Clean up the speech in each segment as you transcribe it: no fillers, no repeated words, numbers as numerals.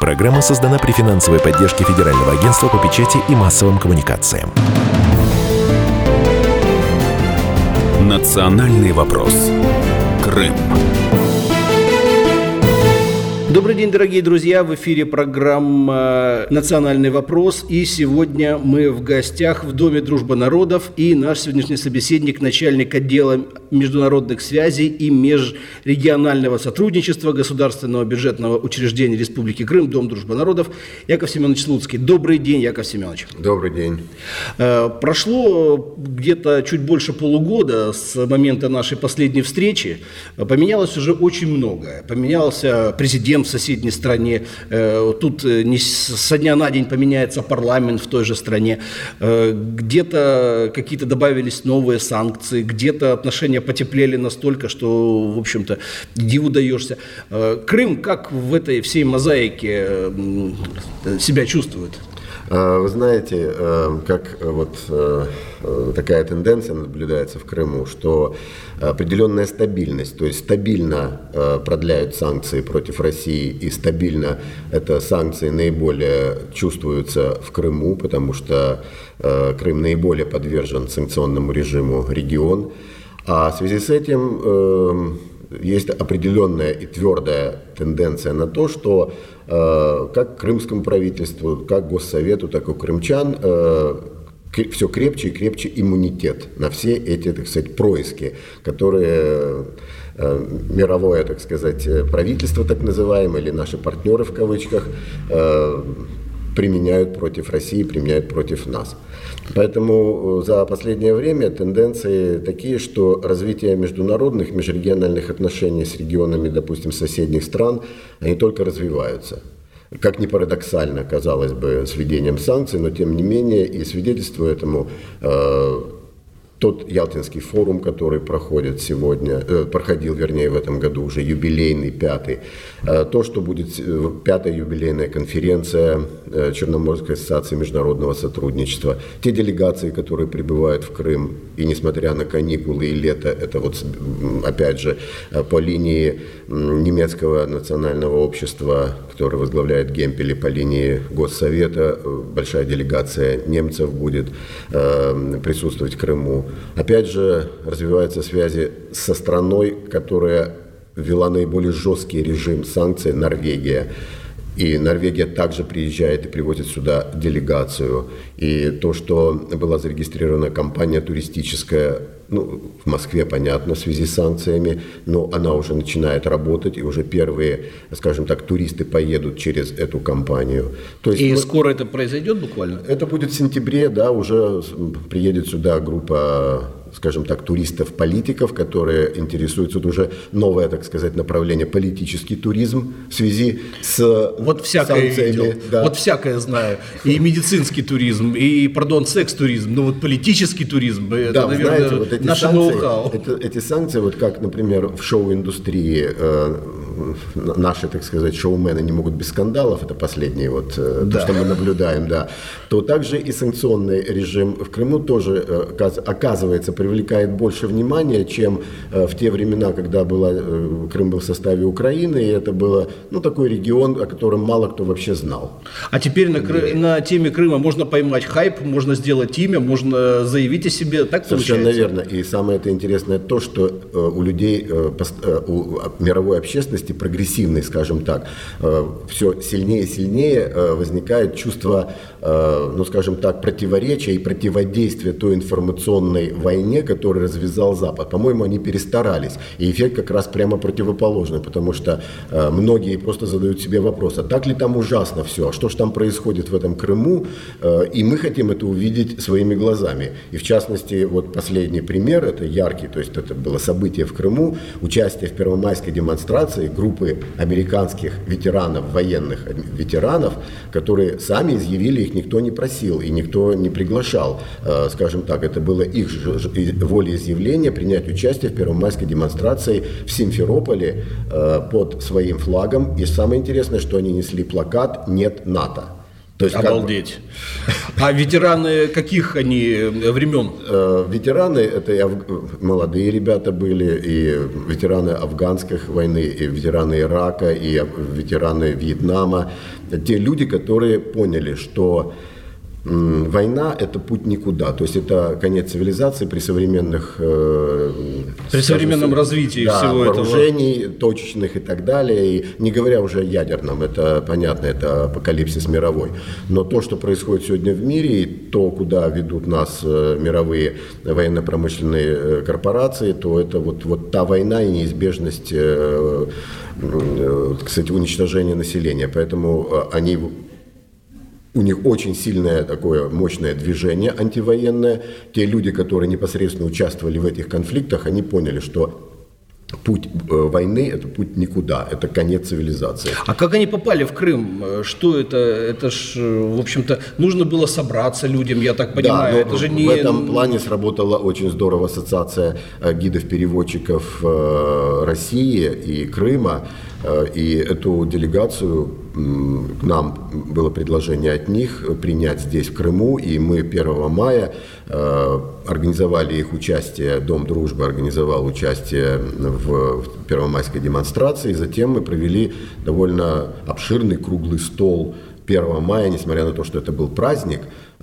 Программа создана при финансовой поддержке Федерального агентства по печати и массовым коммуникациям. Национальный вопрос. Крым. Добрый день, дорогие друзья! В эфире программа «Национальный вопрос». И сегодня мы в гостях в Доме дружбы народов. И наш сегодняшний собеседник, начальник отдела международных связей и межрегионального сотрудничества Государственного бюджетного учреждения Республики Крым, Дом дружбы народов, Яков Семенович Слуцкий. Добрый день, Яков Семенович. Добрый день. Прошло где-то чуть больше полугода с момента нашей последней встречи. Поменялось уже очень многое. Поменялся президент в соседней стране, тут не со дня на день поменяется парламент в той же стране, где-то какие-то добавились новые санкции, где-то отношения потеплели настолько, что, в общем-то, диву даешься. Крым как в этой всей мозаике себя чувствует? Вы знаете, как вот такая тенденция наблюдается в Крыму, что определенная стабильность, то есть стабильно продляют санкции против России, и стабильно это санкции наиболее чувствуются в Крыму, потому что Крым наиболее подвержен санкционному режиму регион. А в связи с этим есть определенная и твердая тенденция на то, что как крымскому правительству, как Госсовету, так и у крымчан все крепче и крепче иммунитет на все эти, так сказать, происки, которые мировое, так сказать, правительство, так называемое, или наши партнеры в кавычках, применяют против России, применяют против нас. Поэтому за последнее время тенденции такие, что развитие международных, межрегиональных отношений с регионами, допустим, соседних стран, они только развиваются. Как ни парадоксально, казалось бы, с введением санкций, но тем не менее и свидетельство этому тот Ялтинский форум, который проходит сегодня, проходил, вернее, в этом году уже юбилейный, пятый, то, что будет пятая юбилейная конференция Черноморской ассоциации международного сотрудничества, те делегации, которые прибывают в Крым, и несмотря на каникулы и лето, это вот, опять же, по линии немецкого национального общества, которое возглавляет Гемпель, и по линии Госсовета, большая делегация немцев будет присутствовать в Крыму. Опять же, развиваются связи со страной, которая ввела наиболее жесткий режим санкций, Норвегия. И Норвегия также приезжает и привозит сюда делегацию. И то, что была зарегистрирована компания туристическая, в Москве, понятно, в связи с санкциями, но она уже начинает работать, и уже первые, скажем так, туристы поедут через эту компанию. То есть, скоро это произойдет буквально? Это будет в сентябре, да, уже приедет сюда группа, скажем так, туристов-политиков, которые интересуются, это уже новое, так сказать, направление, политический туризм в связи с санкциями. Да. Вот всякое знаю. И медицинский туризм, и, секс-туризм, но вот политический туризм, это, наверное, знаете, вот эти наше санкции, ноу-хау. Эти санкции, вот как, например, в шоу-индустрии наши, так сказать, шоумены не могут без скандалов, это последнее то, что мы наблюдаем, да, то также и санкционный режим в Крыму тоже, оказывается, привлекает больше внимания, чем в те времена, когда Крым был в составе Украины, и это был такой регион, о котором мало кто вообще знал. А теперь на теме Крыма можно поймать хайп, можно сделать имя, можно заявить о себе, так Совершенно получается? верно. И самое это интересное то, что у людей, у мировой общественности, прогрессивной, скажем так, все сильнее и сильнее возникает чувство, скажем так, противоречия и противодействия той информационной войне, которую развязал Запад. По-моему, они перестарались. И эффект как раз прямо противоположный, потому что многие просто задают себе вопрос, а так ли там ужасно все, а что же там происходит в этом Крыму? И мы хотим это увидеть своими глазами. И в частности, вот последний пример, это яркий, то есть это было событие в Крыму, участие в первомайской демонстрации группы американских ветеранов, военных ветеранов, которые сами изъявили, их никто не просил и никто не приглашал. Скажем так, это было их волеизъявление принять участие в первомайской демонстрации в Симферополе под своим флагом. И самое интересное, что они несли плакат «Нет НАТО». То есть, Обалдеть. А ветераны каких они времен? Ветераны, это и молодые ребята были, и ветераны афганской войны, и ветераны Ирака, и ветераны Вьетнама. Те люди, которые поняли, что война – это путь никуда. То есть это конец цивилизации при современных… При современном развитии всего вооружений, этого. точечных и так далее. И не говоря уже о ядерном, это понятно, это апокалипсис мировой. Но то, что происходит сегодня в мире, и то, куда ведут нас мировые военно-промышленные корпорации, то это вот та война и неизбежность, кстати, уничтожения населения. Поэтому у них очень сильное такое мощное движение антивоенное. Те люди, которые непосредственно участвовали в этих конфликтах, они поняли, что путь войны – это путь никуда, это конец цивилизации. А как они попали в Крым? Что это? Это ж, в общем-то, нужно было собраться людям, я так понимаю. Да, это же не… В этом плане сработала очень здорово ассоциация гидов-переводчиков России и Крыма. И эту делегацию, к нам было предложение от них принять здесь, в Крыму, и мы 1 мая организовали их участие, Дом дружбы организовал участие в первомайской демонстрации, и затем мы провели довольно обширный круглый стол 1 мая, несмотря на то, что это был праздник,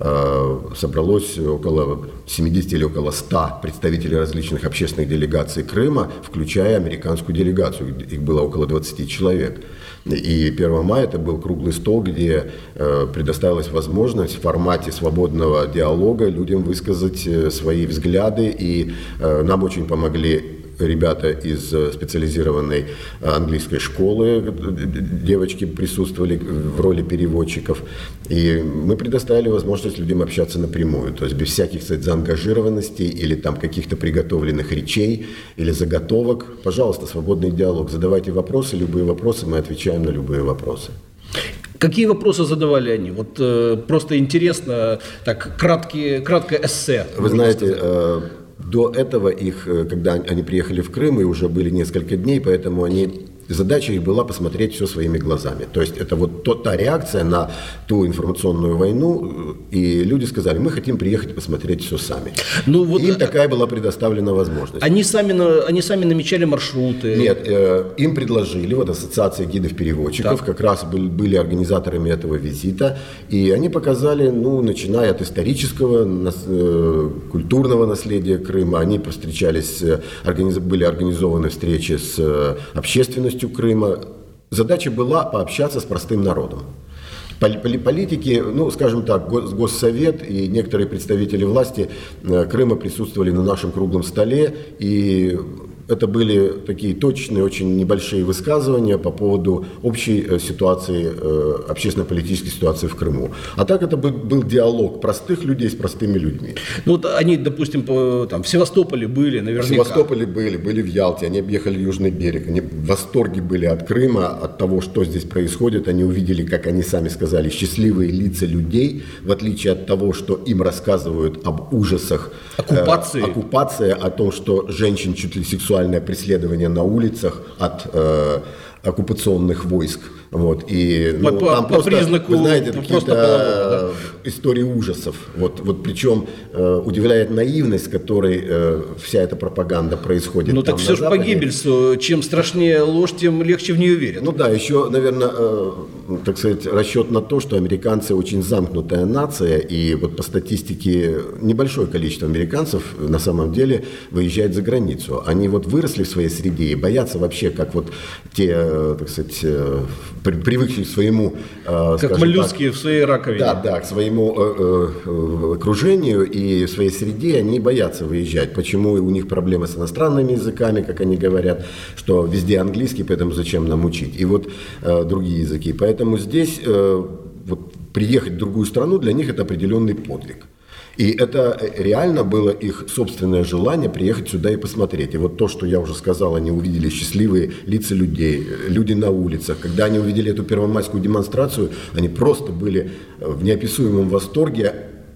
собралось около 70 или около 100 представителей различных общественных делегаций Крыма, включая американскую делегацию. Их было около 20 человек. И 1 мая это был круглый стол, где предоставилась возможность в формате свободного диалога людям высказать свои взгляды. И нам очень помогли ребята из специализированной английской школы, девочки присутствовали в роли переводчиков, и мы предоставили возможность людям общаться напрямую, то есть без всяких, кстати, заангажированностей или там каких-то приготовленных речей или заготовок. Пожалуйста, свободный диалог, задавайте вопросы, любые вопросы, мы отвечаем на любые вопросы. Какие вопросы задавали они? Вот просто интересно, так, краткое эссе. Вы знаете, до этого их, когда они приехали в Крым, и уже были несколько дней, поэтому задача их была посмотреть все своими глазами. То есть это вот та реакция на ту информационную войну, и люди сказали, мы хотим приехать и посмотреть все сами. Ну, вот им такая была предоставлена возможность. Они сами намечали маршруты? Нет, им предложили, вот ассоциация гидов-переводчиков, так, как раз были организаторами этого визита, и они показали, начиная от исторического, культурного наследия Крыма, они повстречались, были организованы встречи с общественностью Крыма. Задача была пообщаться с простым народом. Политики, скажем так, Госсовет и некоторые представители власти Крыма присутствовали на нашем круглом столе, и это были такие точные, очень небольшие высказывания по поводу общей ситуации, общественно-политической ситуации в Крыму. А так это был диалог простых людей с простыми людьми. Ну вот они, допустим, в Севастополе были, наверняка. В Севастополе были в Ялте, они объехали Южный берег, они в восторге были от Крыма, от того, что здесь происходит. Они увидели, как они сами сказали, счастливые лица людей, в отличие от того, что им рассказывают об ужасах оккупации, о том, что женщин чуть ли сексуально преследование на улицах от оккупационных войск. Вот. И там по признаку, вы знаете, какие-то истории ужасов. Вот причем удивляет наивность, с которой вся эта пропаганда происходит. Ну так все же по Геббельсу, чем страшнее ложь, тем легче в нее верят. Ну да, еще, наверное, так сказать, расчет на то, что американцы очень замкнутая нация, и вот по статистике небольшое количество американцев на самом деле выезжает за границу. Они вот выросли в своей среде и боятся вообще, как вот те, так сказать, привыкшие к своему, как моллюски в своей раковине. Да, к своему окружению и своей среде они боятся выезжать. Почему у них проблемы с иностранными языками, как они говорят, что везде английский, поэтому зачем нам учить? И вот другие языки. Поэтому здесь вот, приехать в другую страну для них это определенный подвиг. И это реально было их собственное желание приехать сюда и посмотреть. И вот то, что я уже сказал, они увидели счастливые лица людей, люди на улицах. Когда они увидели эту первомайскую демонстрацию, они просто были в неописуемом восторге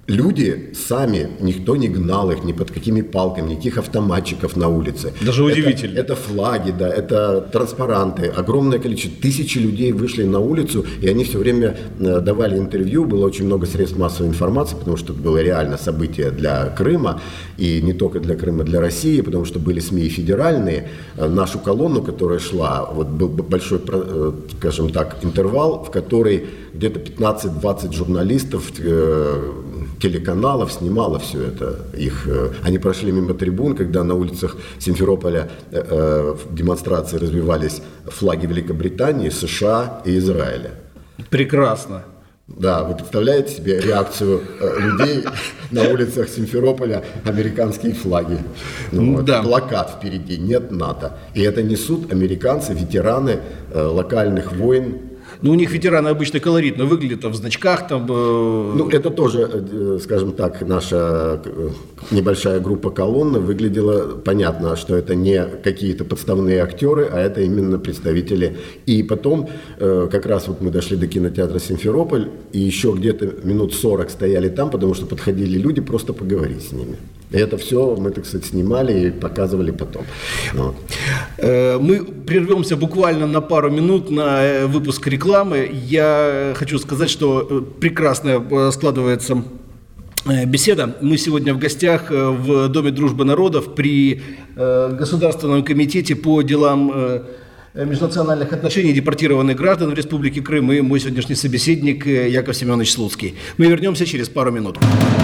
люди сами, никто не гнал их ни под какими палками, никаких автоматчиков на улице. Даже удивительно. Это флаги, да, это транспаранты. Огромное количество, тысячи людей вышли на улицу, и они все время давали интервью. Было очень много средств массовой информации, потому что это было реально событие для Крыма, и не только для Крыма, для России, потому что были СМИ и федеральные. Нашу колонну, которая шла, вот был большой, скажем так, интервал, в который где-то 15-20 журналистов, телеканалов снимало все это. Они прошли мимо трибун, когда на улицах Симферополя в демонстрации развивались флаги Великобритании, США и Израиля. Прекрасно. Да, вы представляете себе реакцию людей на улицах Симферополя, американские флаги. Да. Плакат впереди, нет НАТО. И это несут американцы, ветераны локальных войн. Ну, у них ветераны обычно колоритно выглядят, в значках там. Ну, это тоже, скажем так, наша небольшая группа колонны выглядела, понятно, что это не какие-то подставные актеры, а это именно представители. И потом, как раз вот мы дошли до кинотеатра «Симферополь», и еще где-то минут 40 стояли там, потому что подходили люди просто поговорить с ними. И это все мы, так сказать, снимали и показывали потом. Вот. Мы прервемся буквально на пару минут на выпуск рекламы. Я хочу сказать, что прекрасно складывается беседа. Мы сегодня в гостях в Доме дружбы народов при Государственном комитете по делам межнациональных отношений депортированных граждан в Республике Крым и мой сегодняшний собеседник Яков Семенович Слуцкий. Мы вернемся через пару минут.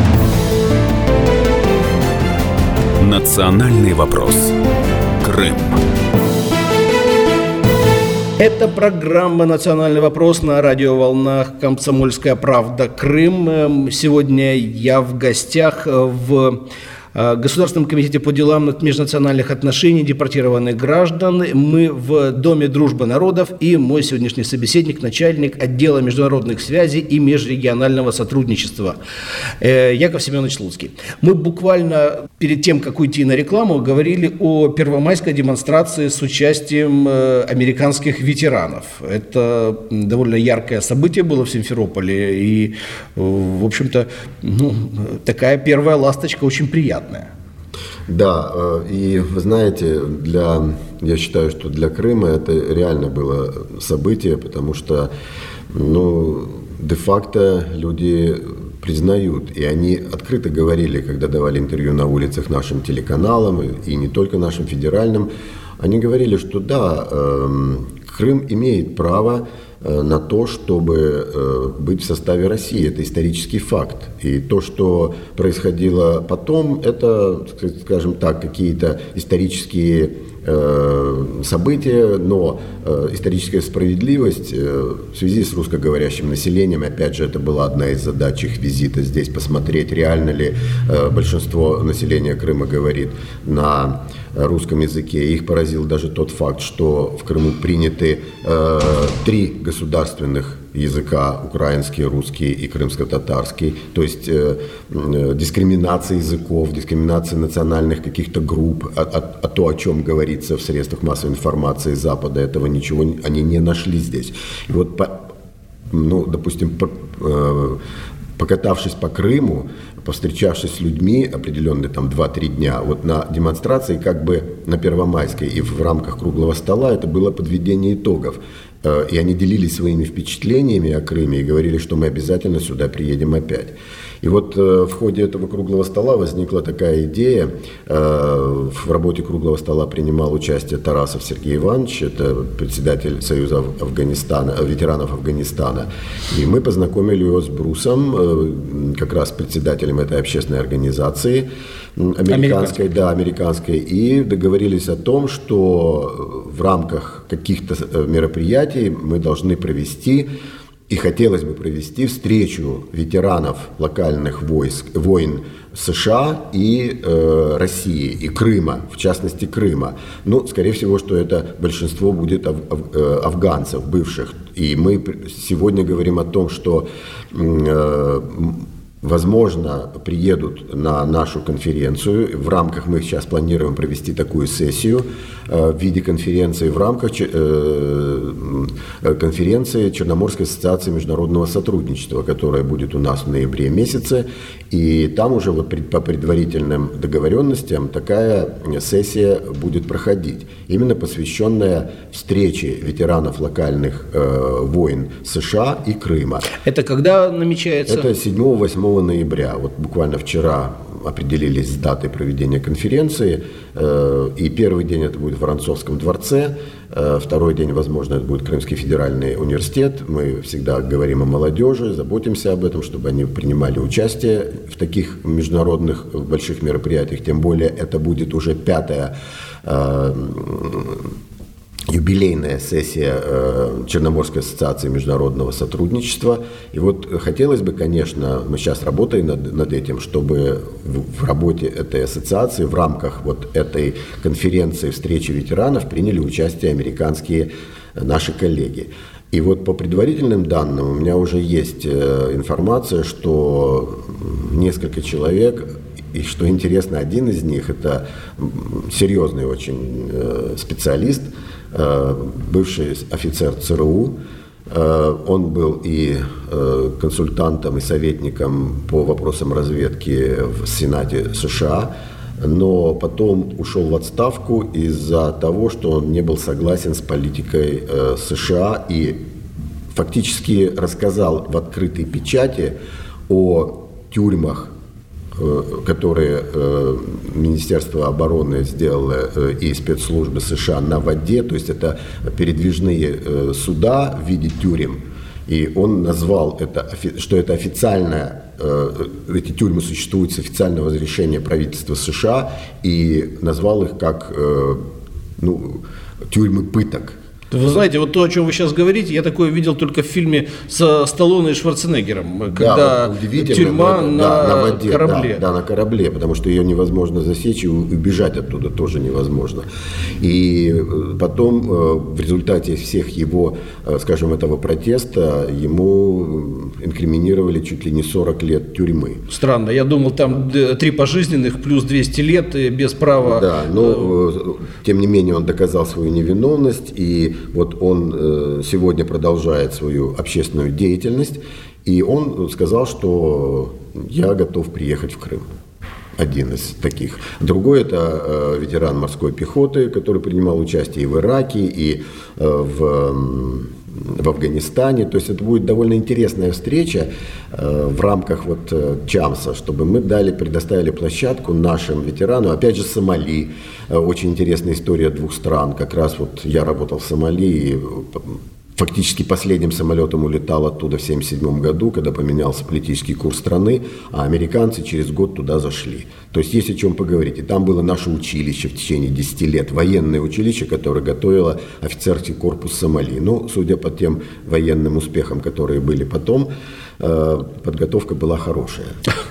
Национальный вопрос. Крым. Это программа «Национальный вопрос» на радиоволнах «Комсомольская правда. Крым». Сегодня я в гостях в Государственном комитете по делам межнациональных отношений депортированных граждан. Мы в Доме дружбы народов, и мой сегодняшний собеседник, начальник отдела международных связей и межрегионального сотрудничества Яков Семенович Слуцкий. Мы буквально перед тем, как уйти на рекламу, говорили о первомайской демонстрации с участием американских ветеранов. Это довольно яркое событие было в Симферополе, и, в общем-то, такая первая ласточка очень приятная. Да, и вы знаете, я считаю, что для Крыма это реально было событие, потому что, де-факто люди признают, и они открыто говорили, когда давали интервью на улицах нашим телеканалам, и не только нашим федеральным, они говорили, что да, Крым имеет право на то, чтобы быть в составе России. Это исторический факт. И то, что происходило потом, это, скажем так, какие-то исторические события, но историческая справедливость в связи с русскоговорящим населением, опять же, это была одна из задач их визита здесь, посмотреть, реально ли большинство населения Крыма говорит на русском языке. Их поразил даже тот факт, что в Крыму приняты 3 государственных языка: украинский, русский и крымско-татарский. То есть дискриминация языков, дискриминация национальных каких-то групп, а то, о чем говорится в средствах массовой информации Запада, этого ничего они не нашли здесь. И вот, допустим, покатавшись по Крыму, повстречавшись с людьми определенные там 2-3 дня, вот на демонстрации как бы на Первомайской и в рамках круглого стола это было подведение итогов. И они делились своими впечатлениями о Крыме и говорили, что мы обязательно сюда приедем опять. И вот в ходе этого круглого стола возникла такая идея. В работе круглого стола принимал участие Тарасов Сергей Иванович, это председатель Союза ветеранов Афганистана. И мы познакомили его с Брусом, как раз председателем этой общественной организации американской, и договорились о том, что в рамках каких-то мероприятий мы должны провести, и хотелось бы провести, встречу ветеранов локальных войн США и России, и Крыма, в частности Крыма. Скорее всего, что это большинство будет афганцев, бывших. И мы сегодня говорим о том, что возможно, приедут на нашу конференцию. В рамках мы сейчас планируем провести такую сессию в виде конференции в рамках конференции Черноморской ассоциации международного сотрудничества, которая будет у нас в ноябре месяце. И там уже вот по предварительным договоренностям такая сессия будет проходить, именно посвященная встрече ветеранов локальных войн США и Крыма. Это когда намечается? Это 7-8 ноября. Вот буквально вчера определились с датой проведения конференции. И первый день это будет в Воронцовском дворце, второй день, возможно, это будет Крымский федеральный университет. Мы всегда говорим о молодежи, заботимся об этом, чтобы они принимали участие в таких международных больших мероприятиях. Тем более это будет уже 5-я юбилейная сессия Черноморской ассоциации международного сотрудничества. И вот хотелось бы, конечно, мы сейчас работаем над этим, чтобы в работе этой ассоциации, в рамках вот этой конференции встречи ветеранов приняли участие американские наши коллеги. И вот по предварительным данным у меня уже есть информация, что несколько человек, и что интересно, один из них это серьезный очень специалист, бывший офицер ЦРУ. Он был и консультантом, и советником по вопросам разведки в Сенате США, но потом ушел в отставку из-за того, что он не был согласен с политикой США и фактически рассказал в открытой печати о тюрьмах, которые Министерство обороны сделало и спецслужбы США на воде, то есть это передвижные суда в виде тюрем. И он назвал это, что это официальное, эти тюрьмы существуют с официального разрешения правительства США, и назвал их как тюрьмы пыток. Вы знаете, вот то, о чем вы сейчас говорите, я такое видел только в фильме со Сталлоне и Шварценеггером, когда тюрьма на воде, корабле. Да, на корабле, потому что ее невозможно засечь, и убежать оттуда тоже невозможно. И потом в результате всех его, скажем, этого протеста ему инкриминировали чуть ли не 40 лет тюрьмы. Странно, я думал, там 3 пожизненных плюс 200 лет без права. Да, но тем не менее он доказал свою невиновность, и вот он сегодня продолжает свою общественную деятельность, и он сказал, что я готов приехать в Крым. Один из таких. Другой – это ветеран морской пехоты, который принимал участие и в Ираке, и в Афганистане. То есть это будет довольно интересная встреча в рамках вот ЧАМСа, чтобы мы предоставили площадку нашим ветеранам. Опять же, Сомали. Очень интересная история 2 стран. Как раз вот я работал в Сомали, и фактически последним самолетом улетал оттуда в 1977 году, когда поменялся политический курс страны, а американцы через год туда зашли. То есть есть о чем поговорить. И там было наше училище в течение 10 лет, военное училище, которое готовило офицерский корпус Сомали. Но, судя по тем военным успехам, которые были потом, подготовка была хорошая.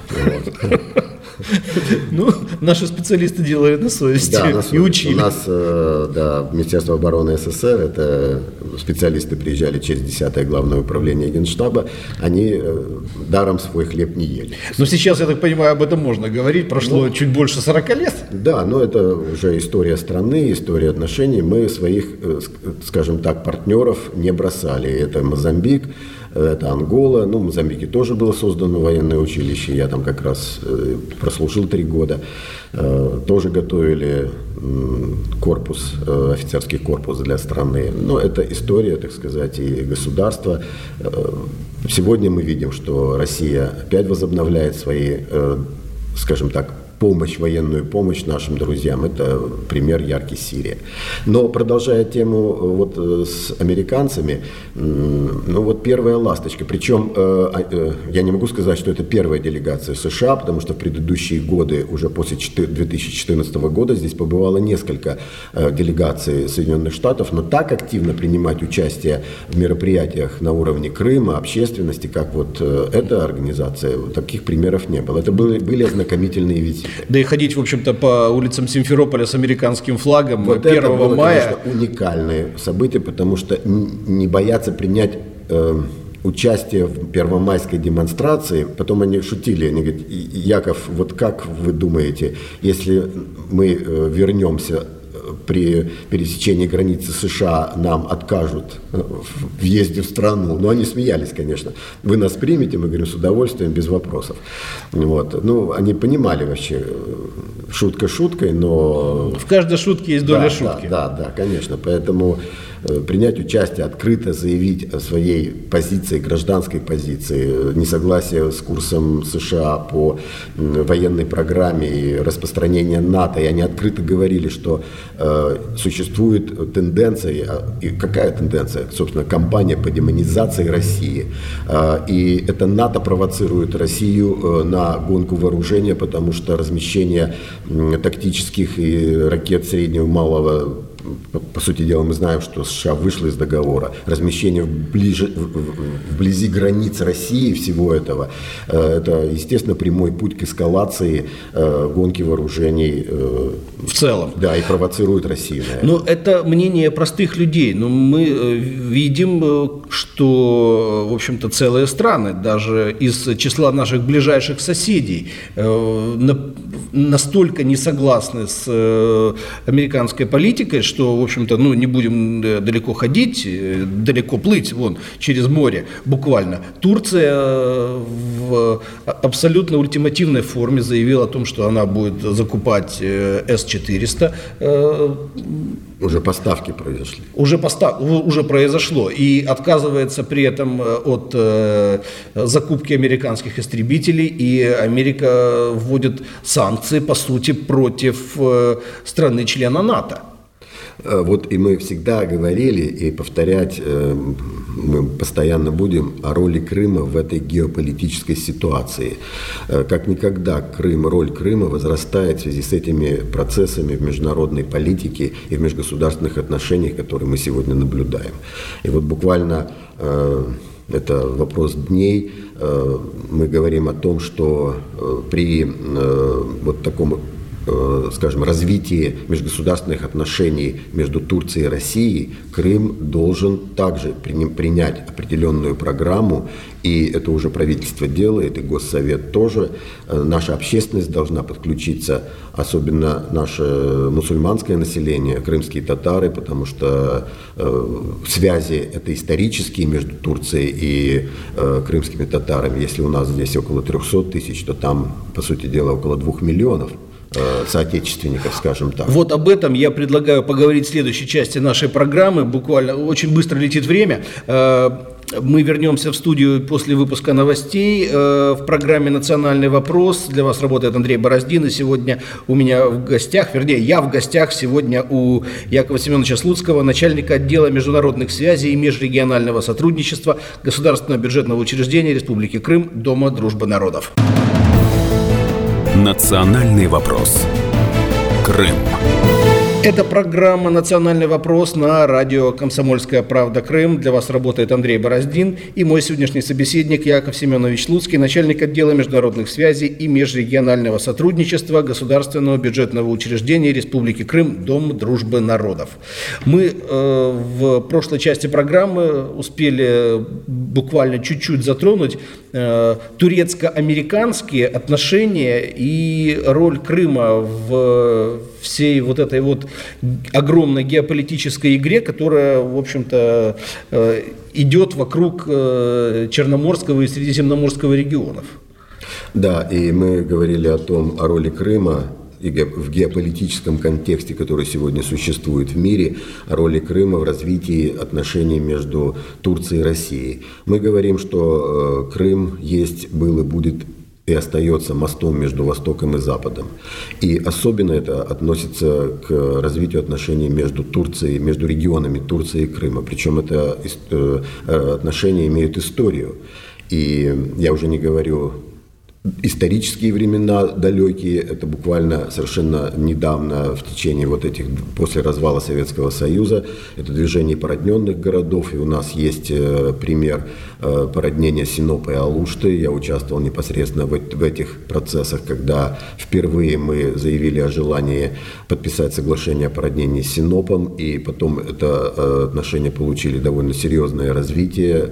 Ну, наши специалисты делали на совести и учили. У нас, Министерство обороны СССР, это специалисты приезжали через 10-е главное управление Генштаба, они даром свой хлеб не ели. Но сейчас, я так понимаю, об этом можно говорить, прошло чуть больше 40 лет. Да, но это уже история страны, история отношений. Мы своих, скажем так, партнеров не бросали. Это Мозамбик, это Ангола. В Мозамбике тоже было создано военное училище. Я там как раз прослужил 3 года. Тоже готовили корпус, офицерский корпус для страны. Но это история, так сказать, и государства. Сегодня мы видим, что Россия опять возобновляет свои, скажем так, военную помощь нашим друзьям. Это пример яркий Сирия. Но продолжая тему с американцами, первая ласточка. Причем я не могу сказать, что это первая делегация США, потому что в предыдущие годы, уже после 2014 года, здесь побывало несколько делегаций Соединенных Штатов, но так активно принимать участие в мероприятиях на уровне Крыма, общественности, как вот эта организация, таких примеров не было. Это были ознакомительные визиты. Да и ходить, в общем-то, по улицам Симферополя с американским флагом вот 1 это было, мая. конечно, уникальное событие, потому что не боятся принять участие в первомайской демонстрации, потом они шутили, они говорят: Яков, вот как вы думаете, если мы вернемся при пересечении границы США, нам откажут в въезде в страну? Ну, они смеялись, конечно. Вы нас примете? Мы говорим: с удовольствием, без вопросов. Вот. Ну, они понимали вообще, шутка шуткой, но... В каждой шутке есть доля шутки. Да, конечно. Поэтому принять участие, открыто заявить о своей позиции, гражданской позиции, несогласие с курсом США по военной программе и распространение НАТО. И они открыто говорили, что существует тенденция, и какая тенденция? Собственно, кампания по демонизации России. И это НАТО провоцирует Россию на гонку вооружения, потому что размещение тактических и ракет среднего и малого, по сути дела, мы знаем, что США вышла из договора. Размещение вблизи границ России всего этого, это, естественно, прямой путь к эскалации гонки вооружений в целом. Да, и провоцирует Россию. Но это мнение простых людей. Но мы видим, что, в общем-то, целые страны, даже из числа наших ближайших соседей, настолько не согласны с американской политикой, что, в общем-то, ну, не будем далеко ходить, далеко плыть, вон, через море, буквально. Турция в абсолютно ультимативной форме заявила о том, что она будет закупать С-400. Уже поставки произошли. Уже произошло. И отказывается при этом от закупки американских истребителей. И Америка вводит санкции, по сути, против страны-члена НАТО. Вот и мы всегда говорили, и повторять мы постоянно будем о роли Крыма в этой геополитической ситуации. Как никогда роль Крыма возрастает в связи с этими процессами в международной политике и в межгосударственных отношениях, которые мы сегодня наблюдаем. И вот буквально это вопрос дней. Мы говорим о том, что при вот таком, скажем, развитии межгосударственных отношений между Турцией и Россией, Крым должен также принять определенную программу, и это уже правительство делает, и Госсовет тоже. Наша общественность должна подключиться, особенно наше мусульманское население, крымские татары, потому что связи это исторические между Турцией и крымскими татарами. Если у нас здесь около 300 тысяч, то там, по сути дела, около 2 миллионов соотечественников, скажем так. Вот об этом я предлагаю поговорить в следующей части нашей программы. Буквально очень быстро летит время. Мы вернемся в студию после выпуска новостей в программе «Национальный вопрос». Для вас работает Андрей Бороздин. И сегодня у меня в гостях, вернее, я в гостях сегодня у Якова Семеновича Слуцкого, начальника отдела международных связей и межрегионального сотрудничества Государственного бюджетного учреждения Республики Крым, Дома дружбы народов. Национальный вопрос. Крым. Это программа «Национальный вопрос» на радио «Комсомольская правда. Крым». Для вас работает Андрей Бороздин и мой сегодняшний собеседник Яков Семенович Слуцкий, начальник отдела международных связей и межрегионального сотрудничества Государственного бюджетного учреждения Республики Крым, Дом дружбы народов. Мы в прошлой части программы успели буквально чуть-чуть затронуть турецко-американские отношения и роль Крыма в всей вот этой вот огромной геополитической игре, которая, в общем-то, идет вокруг Черноморского и Средиземноморского регионов. Да, и мы говорили о роли Крыма и в геополитическом контексте, который сегодня существует в мире, о роли Крыма в развитии отношений между Турцией и Россией. Мы говорим, что Крым есть, был и будет и остается мостом между Востоком и Западом. И особенно это относится к развитию отношений между Турцией, между регионами Турции и Крыма. Причем это отношения имеют историю. И я уже не говорю исторические времена далекие, это буквально совершенно недавно, в течение вот этих, после развала Советского Союза, это движение породненных городов, и у нас есть пример породнения Синопа и Алушты. Я участвовал непосредственно в этих процессах, когда впервые мы заявили о желании подписать соглашение о породнении с Синопом, и потом это отношения получили довольно серьезное развитие.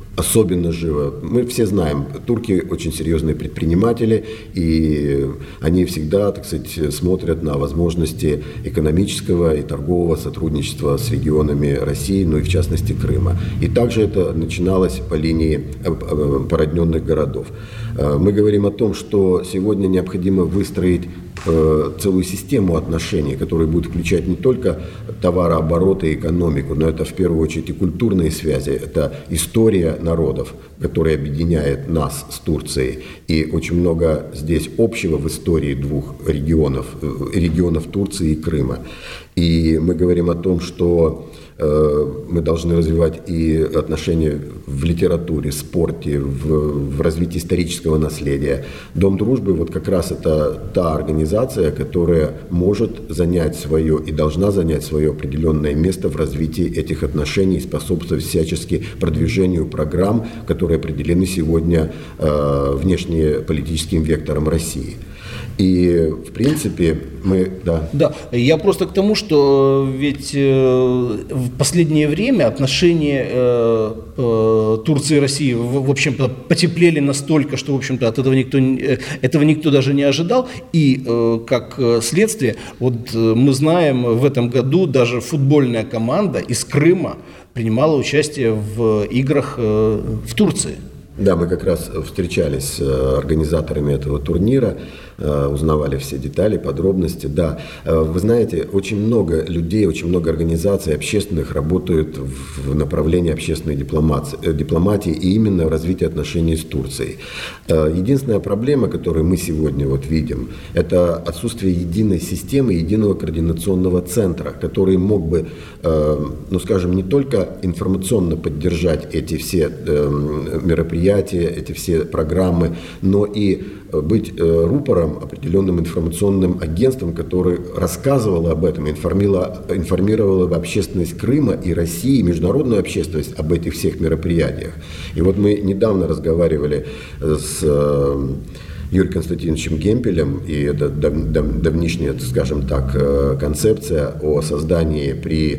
особенно живо. Мы все знаем, турки очень серьезные предприниматели, и они всегда, так сказать, смотрят на возможности экономического и торгового сотрудничества с регионами России, ну и в частности Крыма. И также это начиналось по линии породненных городов. Мы говорим о том, что сегодня необходимо выстроить целую систему отношений, которая будет включать не только товарооборот и экономику, но это в первую очередь и культурные связи, это история народов, которая объединяет нас с Турцией. И очень много здесь общего в истории двух регионов Турции и Крыма. И мы говорим о том, что мы должны развивать и отношения в литературе, спорте, в развитии исторического наследия. Дом дружбы вот как раз это та организация, которая может занять свое и должна занять свое определенное место в развитии этих отношений и способствовать всячески продвижению программ, которые определены сегодня внешнеполитическим вектором России. И, в принципе, мы... Да, я просто к тому, что ведь в последнее время отношения Турции и России, в общем-то, потеплели настолько, что, в общем-то, от этого никто даже не ожидал. И, как следствие, вот мы знаем, в этом году даже футбольная команда из Крыма принимала участие в играх в Турции. Да, мы как раз встречались с организаторами этого турнира, узнавали все детали, подробности. Да, вы знаете, очень много людей, очень много организаций общественных работают в направлении общественной дипломатии и именно развития отношений с Турцией. Единственная проблема, которую мы сегодня вот видим, это отсутствие единой системы, единого координационного центра, который мог бы, ну скажем, не только информационно поддержать эти все мероприятия, эти все программы, но и быть рупором, определенным информационным агентством, которое рассказывало об этом, информировало бы общественность Крыма и России, международную общественность об этих всех мероприятиях. И вот мы недавно разговаривали с Юрием Константиновичем Гемпелем, и это давнишняя, скажем так, концепция о создании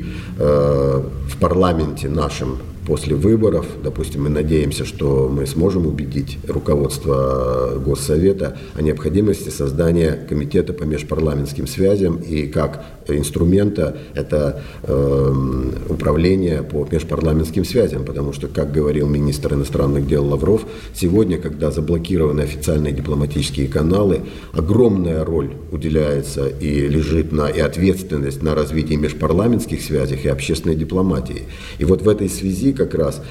в парламенте нашем после выборов, допустим, мы надеемся, что мы сможем убедить руководство Госсовета о необходимости создания комитета по межпарламентским связям и как инструмента это управление по межпарламентским связям, потому что, как говорил министр иностранных дел Лавров, сегодня, когда заблокированы официальные дипломатические каналы, огромная роль уделяется и лежит и ответственность на развитии межпарламентских связей и общественной дипломатии. И вот в этой связи как раз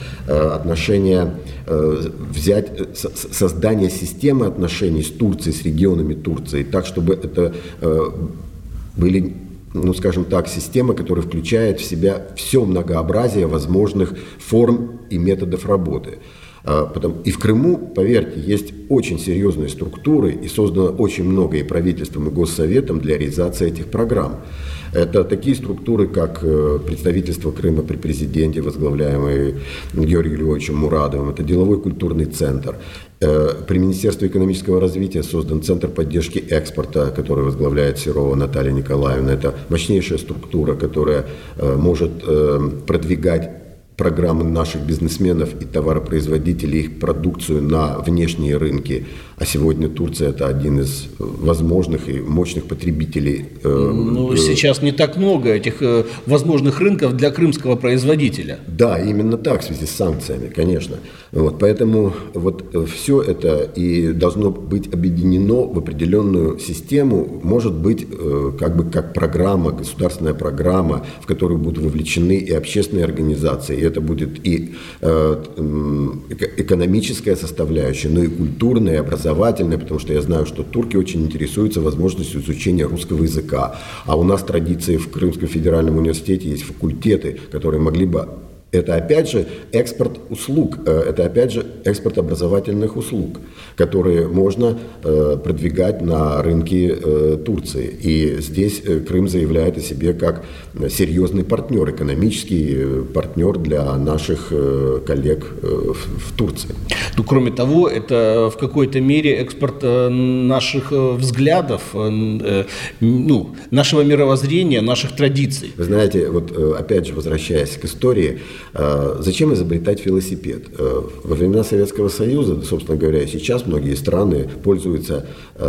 создание системы отношений с Турцией, с регионами Турции, так, чтобы это были, ну, скажем так, система, которая включает в себя все многообразие возможных форм и методов работы. И в Крыму, поверьте, есть очень серьезные структуры, и создано очень много и правительством, и Госсоветом для реализации этих программ. Это такие структуры, как представительство Крыма при президенте, возглавляемое Георгием Львовичем Мурадовым, это деловой культурный центр. При Министерстве экономического развития создан Центр поддержки экспорта, который возглавляет Серова Наталья Николаевна. Это мощнейшая структура, которая может продвигать программы наших бизнесменов и товаропроизводителей, их продукцию на внешние рынки. А сегодня Турция – это один из возможных и мощных потребителей. Сейчас не так много этих возможных рынков для крымского производителя. Да, именно так, в связи с санкциями, конечно. Поэтому все это и должно быть объединено в определенную систему, может быть, как программа, государственная программа, в которую будут вовлечены и общественные организации. И это будет и экономическая составляющая, но и культурная, и образовательная, потому что я знаю, что турки очень интересуются возможностью изучения русского языка. А у нас традиции в Крымском федеральном университете есть факультеты, которые могли бы... Это опять же экспорт услуг, это опять же экспорт образовательных услуг, которые можно продвигать на рынке Турции. И здесь Крым заявляет о себе как серьезный партнер, экономический партнер для наших коллег в Турции. Кроме того, это в какой-то мере экспорт наших взглядов, нашего мировоззрения, наших традиций. Вы знаете, опять же, возвращаясь к истории, Зачем изобретать велосипед? Во времена Советского Союза, собственно говоря, сейчас многие страны пользуются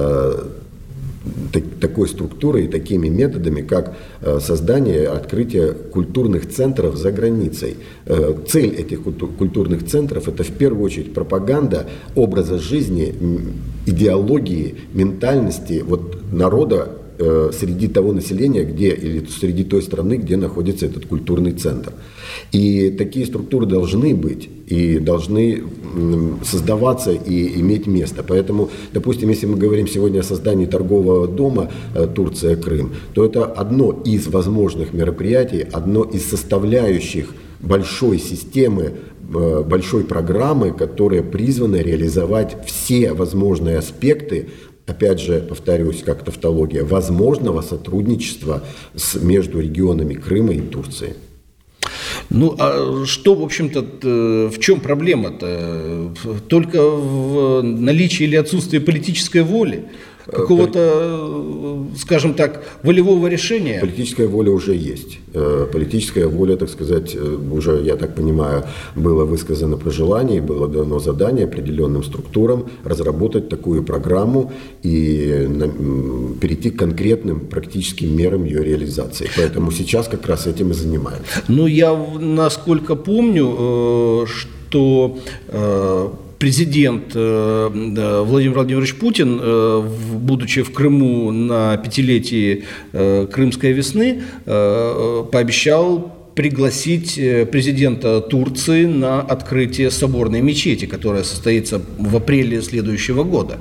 такой структурой и такими методами, как создание, открытие культурных центров за границей. Цель этих культурных центров – это в первую очередь пропаганда образа жизни, идеологии, ментальности народа среди того населения, или среди той страны, где находится этот культурный центр. И такие структуры должны быть, и должны создаваться и иметь место. Поэтому, допустим, если мы говорим сегодня о создании торгового дома Турция-Крым, то это одно из возможных мероприятий, одно из составляющих большой системы, большой программы, которая призвана реализовать все возможные аспекты, опять же, повторюсь, как тавтология, возможного сотрудничества между регионами Крыма и Турции. Ну, а что, в общем-то, в чем проблема-то? Только в наличии или отсутствии политической воли? Какого-то, скажем так, волевого решения? Политическая воля уже есть. Политическая воля, так сказать, уже, я так понимаю, было высказано пожелание, было дано задание определенным структурам разработать такую программу и перейти к конкретным практическим мерам ее реализации. Поэтому сейчас как раз этим и занимаемся. Ну, я, насколько помню, что президент Владимир Владимирович Путин, будучи в Крыму на 5-летии Крымской весны, пообещал пригласить президента Турции на открытие соборной мечети, которая состоится в апреле следующего года.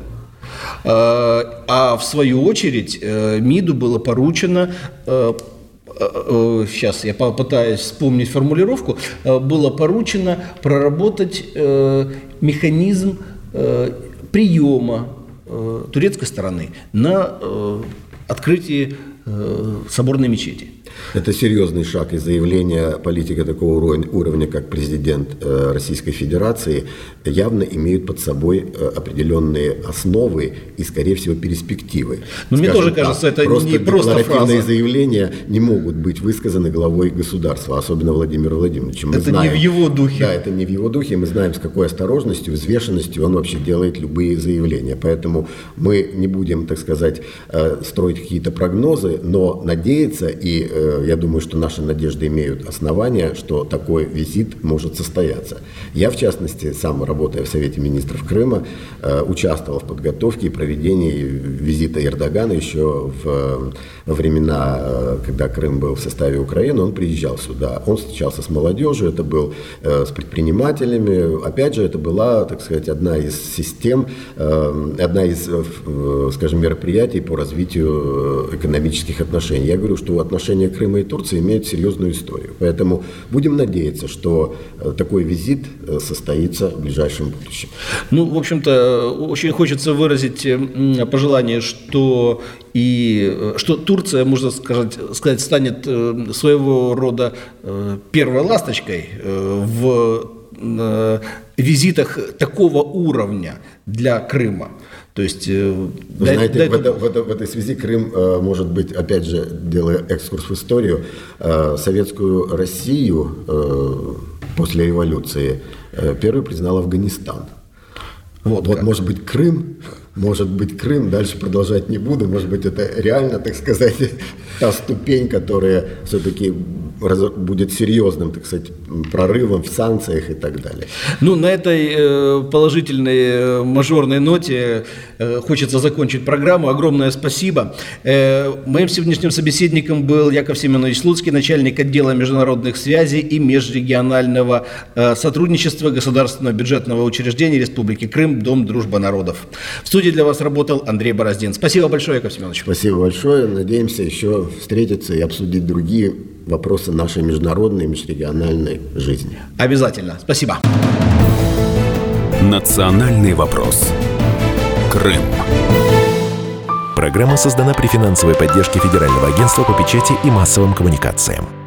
А в свою очередь МИДу было поручено, сейчас я попытаюсь вспомнить формулировку, было поручено проработать механизм приема турецкой стороны на открытии соборной мечети. Это серьезный шаг, и заявления политика такого уровня, как президент Российской Федерации, явно имеют под собой определенные основы и, скорее всего, перспективы. Но мне тоже кажется, это не просто декларативные заявления не могут быть высказаны главой государства, особенно Владимиром Владимировичем. Это не в его духе. Да, это не в его духе. Мы знаем, с какой осторожностью, взвешенностью он вообще делает любые заявления. Поэтому мы не будем, так сказать, строить какие-то прогнозы, но надеяться, и я думаю, что наши надежды имеют основания, что такой визит может состояться. Я, в частности, сам, работая в Совете министров Крыма, участвовал в подготовке и проведении визита Эрдогана еще во времена, когда Крым был в составе Украины. Он приезжал сюда, он встречался с молодежью, это был с предпринимателями. Опять же, это была, так сказать, одна из систем, одна из, скажем, мероприятий по развитию экономических отношений. Я говорю, что отношения Крыма и Турции имеют серьезную историю. Поэтому будем надеяться, что такой визит состоится в ближайшем будущем. Ну, в общем-то, очень хочется выразить пожелание, что Турция, можно сказать, станет своего рода первой ласточкой в визитах такого уровня для Крыма. То есть, вы знаете, в этой связи Крым, может быть, опять же, делая экскурс в историю, советскую Россию после революции первый признал Афганистан. Вот может быть, Крым, дальше продолжать не буду, может быть, это реально, так сказать, та ступень, которая все-таки будет серьезным, так сказать, прорывом в санкциях и так далее. Ну, на этой положительной мажорной ноте хочется закончить программу. Огромное спасибо. Моим сегодняшним собеседником был Яков Семенович Слуцкий, начальник отдела международных связей и межрегионального сотрудничества Государственного бюджетного учреждения Республики Крым, Дом дружбы народов. В студии для вас работал Андрей Бороздин. Спасибо большое, Яков Семенович. Спасибо большое. Надеемся еще встретиться и обсудить другие вопросы нашей международной, межрегиональной жизни. Обязательно. Спасибо. Национальный вопрос. Крым. Программа создана при финансовой поддержке Федерального агентства по печати и массовым коммуникациям.